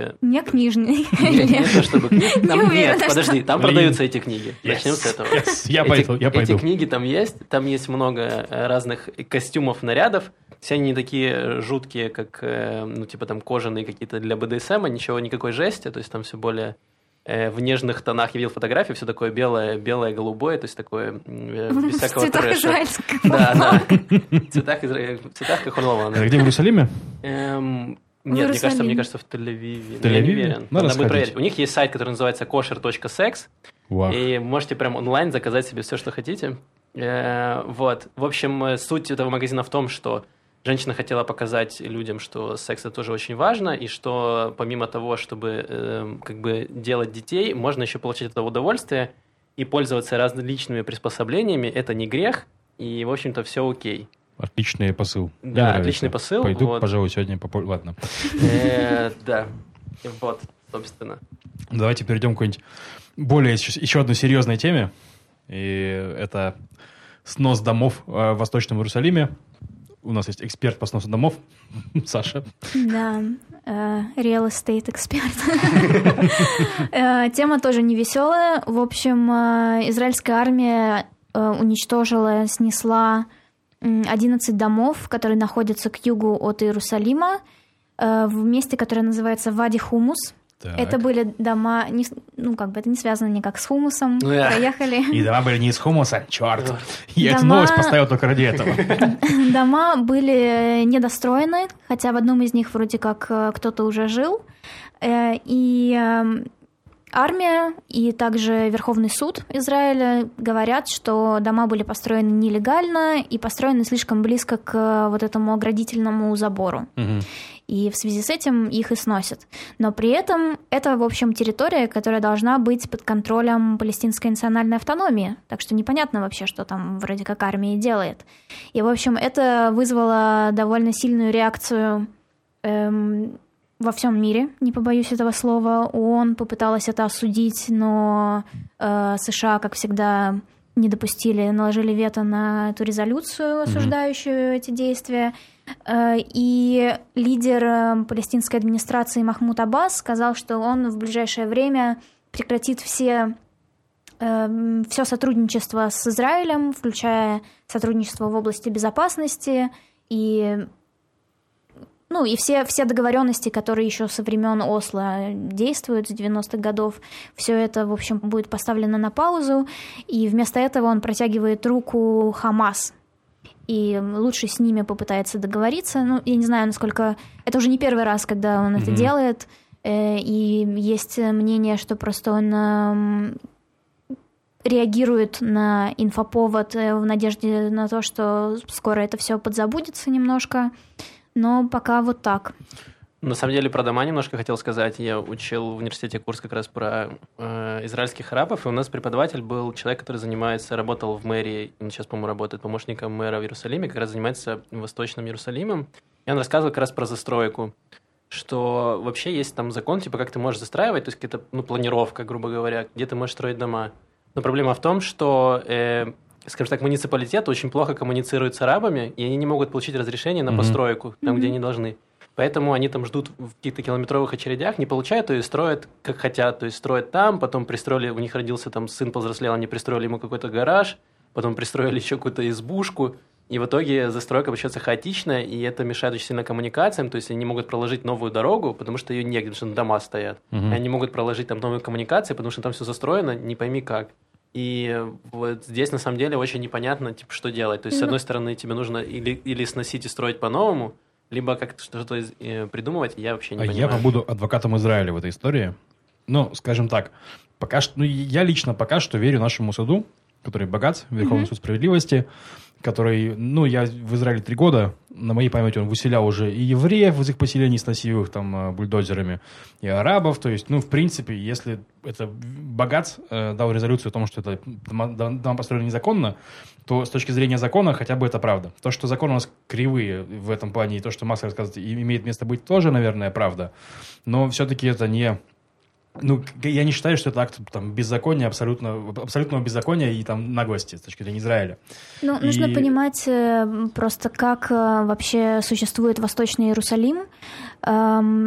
книжный. Нет, не то чтобы книги. Нет, подожди, там продаются эти книги. Начнем с этого. Я пойду, я пойду. Эти книги там есть, там есть много разных костюмов, нарядов. Все они не такие жуткие, как, ну, типа там кожаные какие-то для бэ дэ эс эма, ничего, никакой жести, то есть там все более в нежных тонах. Я видел фотографии, все такое белое, белое, голубое, то есть такое без всякого в цветах трэша. израильского Да, да. В цветах, в цветах как он Это где, в Иерусалиме? Эм, нет, мне кажется, мне кажется, в Тель-Авиве. В Тель-Авиве? Я не уверен. Надо Надо будет сходить. проверить. У них есть сайт, который называется kosher точка секс, Вау. и можете прям онлайн заказать себе все, что хотите. Э, вот. В общем, суть этого магазина в том, что женщина хотела показать людям, что секс это тоже очень важно, и что помимо того, чтобы э, как бы делать детей, можно еще получать это удовольствие и пользоваться различными приспособлениями. Это не грех, и, в общем-то, все окей. Отличный посыл. Мне Да, нравится. отличный посыл. Пойду, вот. пожалуй, сегодня попо... Ладно. Э, Да, вот, собственно. Давайте перейдем к какой-нибудь более еще, еще одной серьезной теме. И это снос домов в Восточном Иерусалиме. У нас есть эксперт по сносу домов, Саша. Да, э, real estate эксперт. Э, Тема тоже не веселая. В общем, э, израильская армия э, уничтожила, снесла м, одиннадцать домов, которые находятся к югу от Иерусалима, э, в месте, которое называется Вади Хумус. Так. Это были дома, не с- ну, как бы это не связано никак с хумусом. Ну, я- Проехали. И дома были не из хумуса, черт. Я эту Дома- новость поставил только ради этого. Дома были недостроены, хотя в одном из них вроде как э, кто-то уже жил. Э, И э, армия и также Верховный суд Израиля говорят, что дома были построены нелегально и построены слишком близко к э, вот этому оградительному забору. Мгм. И в связи с этим их и сносят. Но при этом это, в общем, территория, которая должна быть под контролем палестинской национальной автономии. Так что непонятно вообще, что там вроде как армия делает. И, в общем, это вызвало довольно сильную реакцию эм, во всем мире, не побоюсь этого слова. ООН попыталась это осудить, но э, США, как всегда, не допустили, наложили вето на эту резолюцию, осуждающую эти действия. Э, И лидер э, палестинской администрации Махмуд Аббас сказал, что он в ближайшее время прекратит все, э, все сотрудничество с Израилем, включая сотрудничество в области безопасности и, ну, и все, все договоренности, которые еще со времен Осло действуют с девяностых годов, все это, в общем, будет поставлено на паузу, и вместо этого он протягивает руку Хамас. И лучше с ними попытается договориться. Ну, я не знаю, насколько... Это уже не первый раз, когда он это Мгм. делает. Э, И есть мнение, что просто он эм, реагирует на инфоповод э, в надежде на то, что скоро это все подзабудется немножко. Но пока вот так. На самом деле про дома немножко хотел сказать. Я учил в университете курс как раз про э, израильских арабов, и у нас преподаватель был человек, который занимается, работал в мэрии, он сейчас, по-моему, работает помощником мэра в Иерусалиме, как раз занимается Восточным Иерусалимом. И он рассказывал как раз про застройку, что вообще есть там закон, типа как ты можешь застраивать, то есть какая-то, ну, планировка, грубо говоря, где ты можешь строить дома. Но проблема в том, что, э, скажем так, муниципалитет очень плохо коммуницирует с арабами, и они не могут получить разрешение на Мгм. постройку там, где они должны. Поэтому они там ждут в каких-то километровых очередях, не получают, и строят как хотят. То есть строят там, потом пристроили, у них родился там сын, повзрослел, они пристроили ему какой-то гараж, потом пристроили еще какую-то избушку, и в итоге застройка получается хаотичная, и это мешает очень сильно коммуникациям, то есть они не могут проложить новую дорогу, потому что ее негде, потому что дома стоят. Мгм. И они могут проложить там новые коммуникации, потому что там все застроено, не пойми как. И вот здесь на самом деле очень непонятно, типа, что делать. То есть, с Ну- одной стороны, тебе нужно или, или сносить и строить по-новому, либо как-то что-то из- э, придумывать, я вообще не А понимаю. я побуду адвокатом Израиля в этой истории. Ну, скажем так, пока что, ну, я лично пока что верю нашему суду, который богат, Верховный суд справедливости, который, ну, я в Израиле три года, на моей памяти он выселял уже и евреев из их поселений, сносил их там э, бульдозерами, и арабов, то есть, ну, в принципе, если это богат э, дал резолюцию о том, что это дома, дома построены незаконно, то с точки зрения закона хотя бы это правда. То, что законы у нас кривые в этом плане, и то, что Макс рассказывает, и имеет место быть, тоже, наверное, правда, но все-таки это не... Ну, я не считаю, что это акт там, беззакония, абсолютно, абсолютного беззакония и там наглости с точки зрения Израиля. Ну, И- нужно понимать э, просто, как э, вообще существует Восточный Иерусалим. Эм,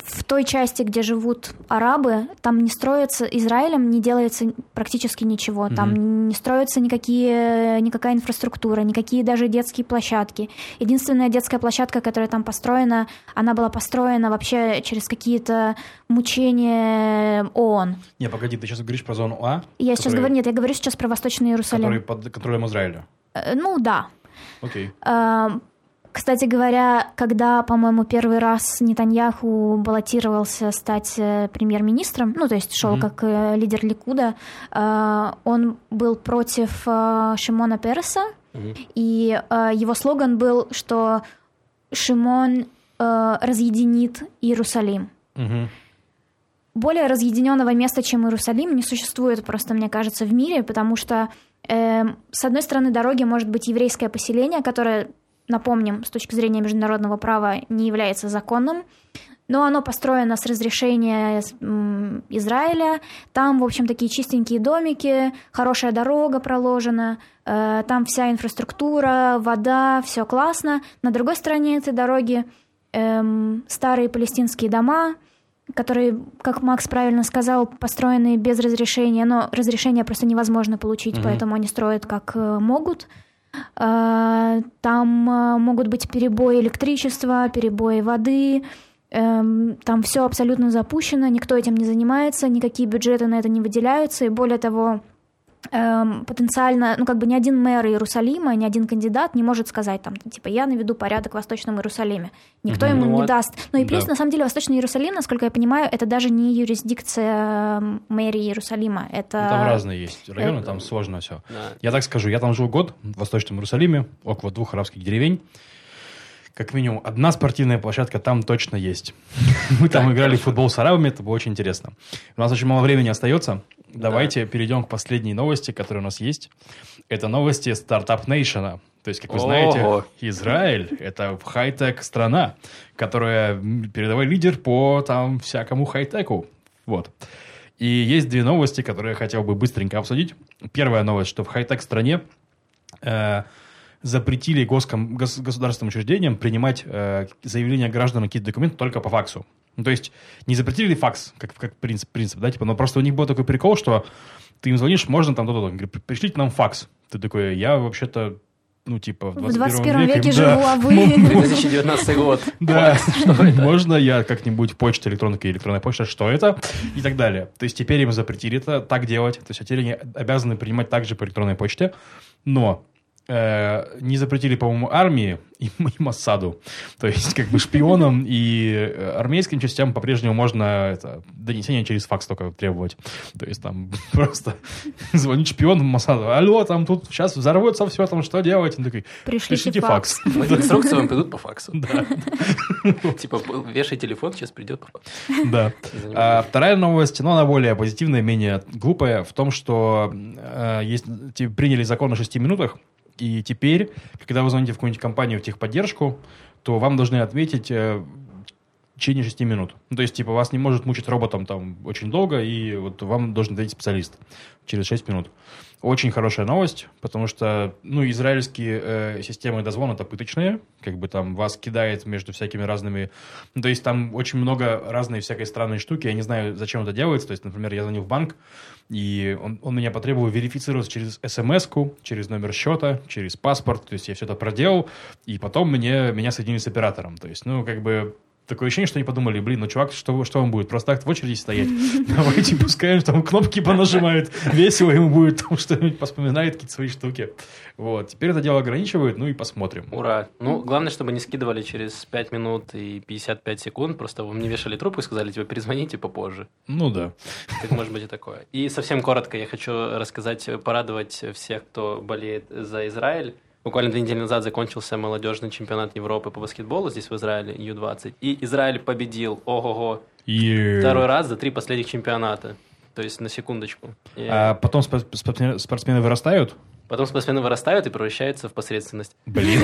в той части, где живут арабы, там не строится, Израилем не делается практически ничего. Mm-hmm. Там не строятся никакие, никакая инфраструктура, никакие даже детские площадки. Единственная детская площадка, которая там построена, она была построена вообще через какие-то мучения ООН. Не, погоди, ты сейчас говоришь про зону А? Я сейчас говорю, нет, я говорю сейчас про Восточный Иерусалим. Который под контролем Израиля? Э, ну, да. Окей. Okay. Кстати говоря, когда, по-моему, первый раз Нетаньяху баллотировался стать премьер-министром, ну, то есть шел mm-hmm. как э, лидер Ликуда, э, он был против э, Шимона Переса, mm-hmm. и э, его слоган был, что Шимон э, разъединит Иерусалим. Mm-hmm. Более разъединенного места, чем Иерусалим, не существует просто, мне кажется, в мире, потому что, э, с одной стороны, дороги может быть еврейское поселение, которое... напомним, с точки зрения международного права не является законным, но оно построено с разрешения Израиля. Там, в общем, такие чистенькие домики, хорошая дорога проложена, там вся инфраструктура, вода, все классно. На другой стороне этой дороги эм, старые палестинские дома, которые, как Макс правильно сказал, построены без разрешения, но разрешение просто невозможно получить, mm-hmm. поэтому они строят как могут. Там могут быть перебои электричества, перебои воды, там все абсолютно запущено, никто этим не занимается, никакие бюджеты на это не выделяются, и более того, потенциально, ну как бы ни один мэр Иерусалима, ни один кандидат не может сказать там, типа, я наведу порядок в Восточном Иерусалиме. Никто угу. ему ну, не вот. даст. Ну и плюс, да. на самом деле, Восточный Иерусалим, насколько я понимаю, это даже не юрисдикция мэрии Иерусалима. Это... Ну, там разные есть районы, там сложно все. Да. Я так скажу, я там жил год в Восточном Иерусалиме, около двух арабских деревень. Как минимум, одна спортивная площадка там точно есть. Мы там играли в футбол с арабами, это было очень интересно. У нас очень мало времени остается. Давайте перейдем к последней новости, которая у нас есть. Это новости Startup Nation. То есть, как вы знаете, Израиль – это хай-тек страна, которая передовой лидер по там всякому хай-теку. Вот. И есть две новости, которые я хотел бы быстренько обсудить. Первая новость, что в хай-тек стране э, запретили госком, гос, государственным учреждениям принимать э, заявления граждан на какие-то документы только по факсу. Ну, то есть, не запретили факс, как, как принцип, принцип, да, типа, но просто у них был такой прикол, что ты им звонишь, можно там то-то, говорит, пришлите нам факс. Ты такой, я вообще-то, ну, типа, в двадцать первом веке живу, а вы... две тысячи девятнадцатый год. Да, можно я как-нибудь почта электронка и электронная почта, что это? И так далее. То есть, теперь им запретили это так делать. То есть, теперь они обязаны принимать также по электронной почте, но... не запретили, по-моему, армии и, и Моссаду. То есть, как бы шпионам и армейским частям по-прежнему можно это, донесение через факс только требовать. То есть, там просто звонит шпион в Моссаду. Алло, там тут сейчас взорвется все, там что делать? Он такой, пришлите факс. Инструкции вам придут по факсу. Да. Типа, вешай телефон, сейчас придет по факсу. Да. Вторая новость, но она более позитивная, менее глупая, в том, что приняли закон о шести минутах, и теперь, когда вы звоните в какую-нибудь компанию в техподдержку, то вам должны ответить э, в течение шести минут. Ну, то есть, типа, вас не может мучить роботом там очень долго, и вот вам должен ответить специалист через шесть минут. Очень хорошая новость, потому что, ну, израильские э, системы дозвона-то пыточные, как бы там вас кидает между всякими разными... Ну, то есть, там очень много разной всякой странной штуки, я не знаю, зачем это делается. То есть, например, я звоню в банк, и он, он меня потребовал верифицироваться через смс-ку, через номер счета, через паспорт. То есть, я все это проделал, и потом мне, меня соединили с оператором. То есть, ну, как бы... Такое ощущение, что они подумали, блин, ну, чувак, что, что он будет? Просто так в очереди стоять? Давайте пускай там кнопки понажимает. Весело ему будет, там что-нибудь поспоминает, какие-то свои штуки. Вот. Теперь это дело ограничивают, ну и посмотрим. Ура. Ну, главное, чтобы не скидывали через пять минут и пятьдесят пять секунд. Просто вы мне вешали трубку и сказали, типа, перезвоните попозже. Ну да. Так может быть и такое. И совсем коротко я хочу рассказать, порадовать всех, кто болеет за Израиль. Буквально две недели назад закончился молодежный чемпионат Европы по баскетболу здесь в Израиле, ю двадцать. И Израиль победил, ого-го, yeah. второй раз за три последних чемпионата. То есть на секундочку. И... А потом спортсмены вырастают? Потом спортсмены вырастают и превращаются в посредственность. Блин.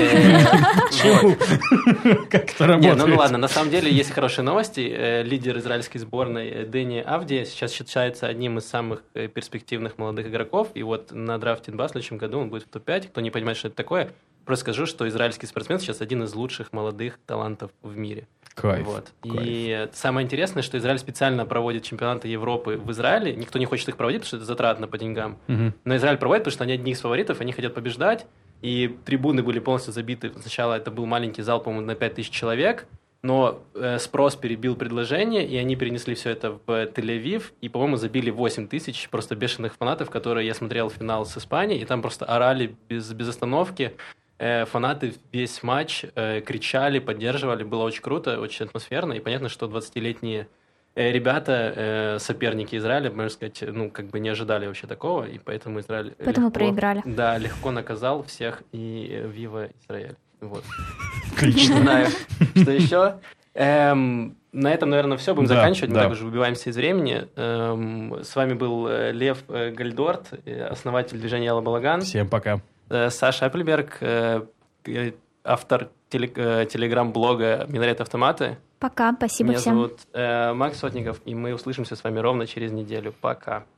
Как это работает? Ну ладно, на самом деле есть хорошие новости. Лидер израильской сборной Дэни Авдия сейчас считается одним из самых перспективных молодых игроков. И вот на драфте эн бэ а в следующем году он будет в топ пять. Кто не понимает, что это такое, просто скажу, что израильский спортсмен сейчас один из лучших молодых талантов в мире. Кайф. Вот. Кайф. И самое интересное, что Израиль специально проводит чемпионаты Европы в Израиле. Никто не хочет их проводить, потому что это затратно по деньгам. Угу. Но Израиль проводит, потому что они одни из фаворитов, они хотят побеждать. И трибуны были полностью забиты. Сначала это был маленький зал, по-моему, на пять тысяч человек. Но э, спрос перебил предложение, и они перенесли все это в Тель-Авив. И, по-моему, забили восемь тысяч просто бешеных фанатов, которые я смотрел финал с Испанией. И там просто орали без, без остановки. Фанаты весь матч э, кричали, поддерживали, было очень круто, очень атмосферно, и понятно, что двадцатилетние э, ребята, э, соперники Израиля, можно сказать, ну, как бы не ожидали вообще такого, и поэтому Израиль Поэтому легко, проиграли. Да, легко наказал всех, и вива Израиль. Вот. Отлично. Не знаю, что еще. Эм, на этом, наверное, все. Будем да, заканчивать. Мы да. так уже выбиваемся из времени. Эм, с вами был Лев Гальдорт, основатель движения Яла Балаган. Всем пока. Саша Аппельберг, автор телеграм-блога «Минарет Автоматы». Пока, спасибо Меня всем. зовут Макс Сотников, и мы услышимся с вами ровно через неделю. Пока.